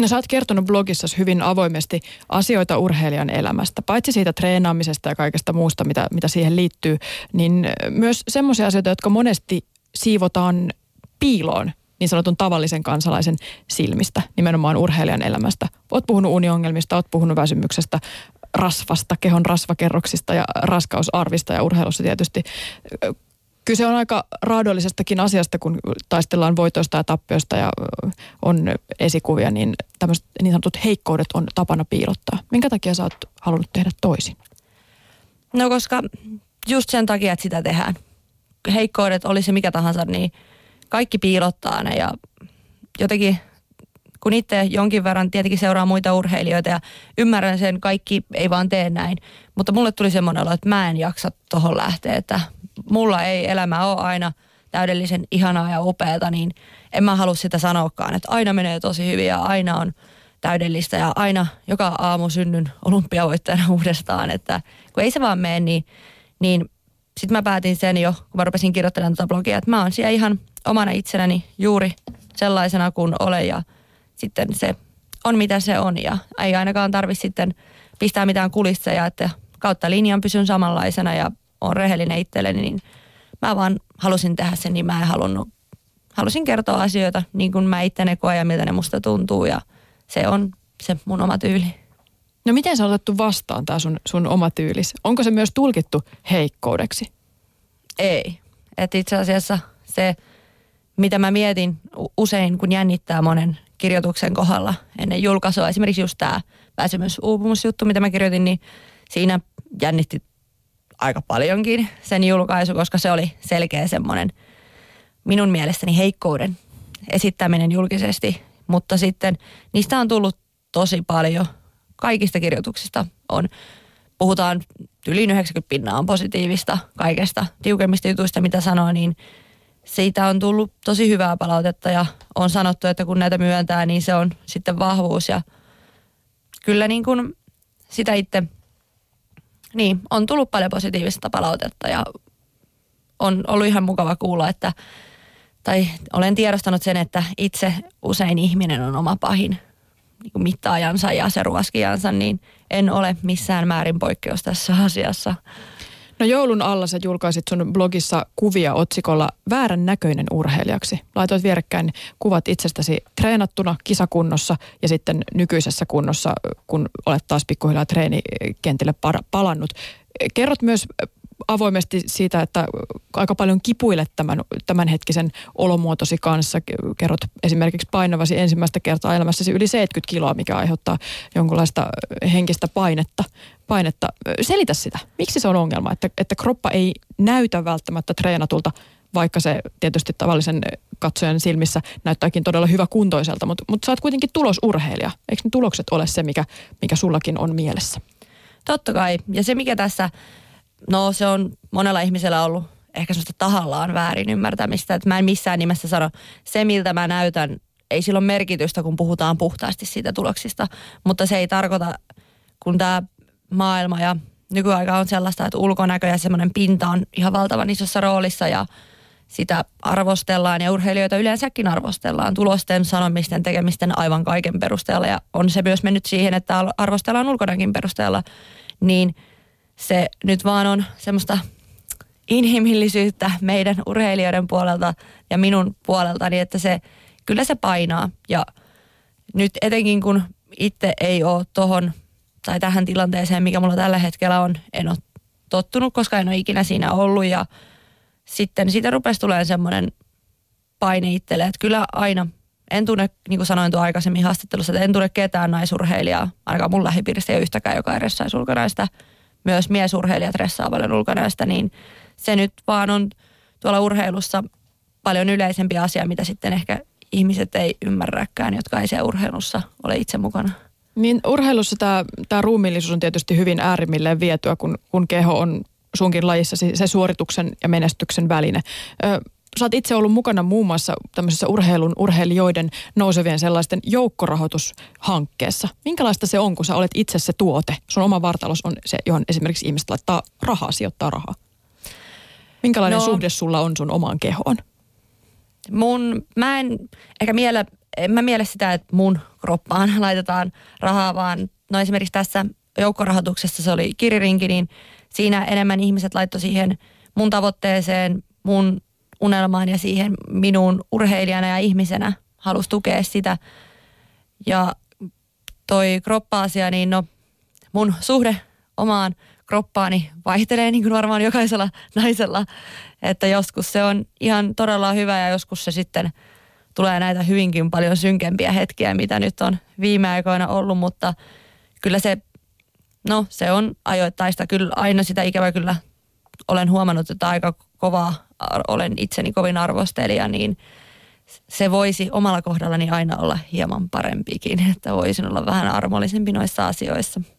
No sä oot kertonut blogissasi hyvin avoimesti asioita urheilijan elämästä. Paitsi siitä treenaamisesta ja kaikesta muusta, mitä siihen liittyy, niin myös semmoisia asioita, jotka monesti siivotaan piiloon niin sanotun tavallisen kansalaisen silmistä, nimenomaan urheilijan elämästä. Oot puhunut uniongelmista, oot puhunut väsymyksestä, rasvasta, kehon rasvakerroksista ja raskausarvista ja urheilussa tietysti. Kyse on aika raadollisestakin asiasta, kun taistellaan voitoista ja tappioista ja on esikuvia, niin tämmöiset niin sanotut heikkoudet on tapana piilottaa. Minkä takia sä oot halunnut tehdä toisin? No koska just sen takia, että sitä tehdään. Heikkoudet, oli se mikä tahansa, niin kaikki piilottaa ne ja jotenkin kun itse jonkin verran tietenkin seuraa muita urheilijoita ja ymmärrän sen, kaikki ei vaan tee näin. Mutta mulle tuli semmoinen olo, että mä en jaksa tohon lähteä, että mulla ei elämä ole aina täydellisen ihanaa ja upeata, niin en mä halua sitä sanoakaan, että aina menee tosi hyvin ja aina on täydellistä ja aina joka aamu synnyn olympiavoittajana uudestaan, että kun ei se vaan mene, niin sitten mä päätin sen jo, kun mä rupesin kirjoittelemaan tätä blogia, että mä oon siellä ihan omana itsenäni juuri sellaisena kuin olen ja sitten se on mitä se on ja ei ainakaan tarvitse sitten pistää mitään kulisseja, että kautta linjan pysyn samanlaisena ja on rehellinen itselleni, niin mä vaan halusin tehdä sen, niin mä en halusin kertoa asioita niin kuin mä itse ne koen ja miltä ne musta tuntuu ja se on se mun oma tyyli. No miten sä on otettu vastaan tää sun oma tyylis? Onko se myös tulkittu heikkoudeksi? Ei. Että itse asiassa se, mitä mä mietin usein, kun jännittää monen kirjoituksen kohdalla ennen julkaisua, esimerkiksi just tämä väsymys-uupumusjuttu, mitä mä kirjoitin, niin siinä jännitti aika paljonkin sen julkaisu, koska se oli selkeä semmoinen minun mielestäni heikkouden esittäminen julkisesti, mutta sitten niistä on tullut tosi paljon. Kaikista kirjoituksista puhutaan yli 90% on positiivista kaikesta tiukemmista jutuista, mitä sanoo, niin siitä on tullut tosi hyvää palautetta ja on sanottu, että kun näitä myöntää, niin se on sitten vahvuus ja kyllä niin kuin sitä itse, niin on tullut paljon positiivista palautetta ja on ollut ihan mukava kuulla, tai olen tiedostanut sen, että itse usein ihminen on oma pahin niin kuin mittaajansa ja se ruoskijansa, niin en ole missään määrin poikkeus tässä asiassa. No joulun alla sä julkaisit sun blogissa kuvia otsikolla Väärän näköinen urheilijaksi. Laitoit vierekkäin kuvat itsestäsi treenattuna kisakunnossa ja sitten nykyisessä kunnossa, kun olet taas pikkuhiljaa treenikentille palannut. Kerrot myös avoimesti siitä, että aika paljon kipuilet tämänhetkisen olomuotosi kanssa. Kerrot esimerkiksi painavasi ensimmäistä kertaa elämässäsi yli 70 kiloa, mikä aiheuttaa jonkinlaista henkistä painetta. Selitä sitä. Miksi se on ongelma, että kroppa ei näytä välttämättä treenatulta, vaikka se tietysti tavallisen katsojan silmissä näyttääkin todella hyväkuntoiselta, mutta sä oot kuitenkin tulosurheilija. Eikö ne tulokset ole se, mikä sullakin on mielessä? Totta kai. Ja se mikä tässä, no se on monella ihmisellä ollut ehkä semmoista tahallaan väärin ymmärtämistä, että mä en missään nimessä sano, se miltä mä näytän, ei sillä ole merkitystä, kun puhutaan puhtaasti siitä tuloksista, mutta se ei tarkoita, kun tämä maailma ja nykyaika on sellaista, että ulkonäkö ja semmoinen pinta on ihan valtavan isossa roolissa ja sitä arvostellaan ja urheilijoita yleensäkin arvostellaan tulosten, sanomisten, tekemisten aivan kaiken perusteella ja on se myös mennyt siihen, että arvostellaan ulkonäkin perusteella, niin se nyt vaan on semmoista inhimillisyyttä meidän urheilijoiden puolelta ja minun puoleltani, että se kyllä se painaa ja nyt etenkin kun itse ei ole tohon tai tähän tilanteeseen, mikä mulla tällä hetkellä on, en ole tottunut, koska en ole ikinä siinä ollut ja sitten siitä rupesi tulemaan semmoinen paine itselle, että kyllä aina, en tunne, niin kuin sanoin tuo aikaisemmin haastattelussa, että en tunne ketään naisurheilijaa, ainakaan mun lähipiirissä ei ole yhtäkään, joka ressaisi ulkonäöstä, myös miesurheilijat ressaa paljon ulkonäöstä, niin se nyt vaan on tuolla urheilussa paljon yleisempi asia, mitä sitten ehkä ihmiset ei ymmärräkään, jotka ei siellä urheilussa ole itse mukana. Niin urheilussa tämä ruumiillisuus on tietysti hyvin äärimmilleen vietyä, kun keho on sunkin lajissa se suorituksen ja menestyksen väline. Sä oot itse ollut mukana muun muassa tämmöisessä urheilijoiden nousevien sellaisten joukkorahoitushankkeessa. Minkälaista se on, kun sä olet itse se tuote? Sun oma vartalos on se, johon esimerkiksi ihmiset laittaa rahaa, sijoittaa rahaa. Minkälainen suhde sulla on sun omaan kehoon? Mä en ehkä miele en mä miele sitä, että mun kroppaan laitetaan rahaa, vaan no esimerkiksi tässä joukkorahoituksessa se oli kiririnki, niin siinä enemmän ihmiset laittoi siihen mun tavoitteeseen, mun unelmaan ja siihen minuun urheilijana ja ihmisenä halusi tukea sitä. Ja toi kroppa-asia, niin no mun suhde omaan kroppaani vaihtelee niin kuin varmaan jokaisella naisella, että joskus se on ihan todella hyvä ja joskus se sitten tulee näitä hyvinkin paljon synkempiä hetkiä, mitä nyt on viime aikoina ollut, mutta kyllä se on ajoittaista. Kyllä aina sitä ikävä kyllä olen huomannut, että aika kovaa olen itseni kovin arvostelija, niin se voisi omalla kohdallani aina olla hieman parempikin, että voisin olla vähän armollisempi noissa asioissa.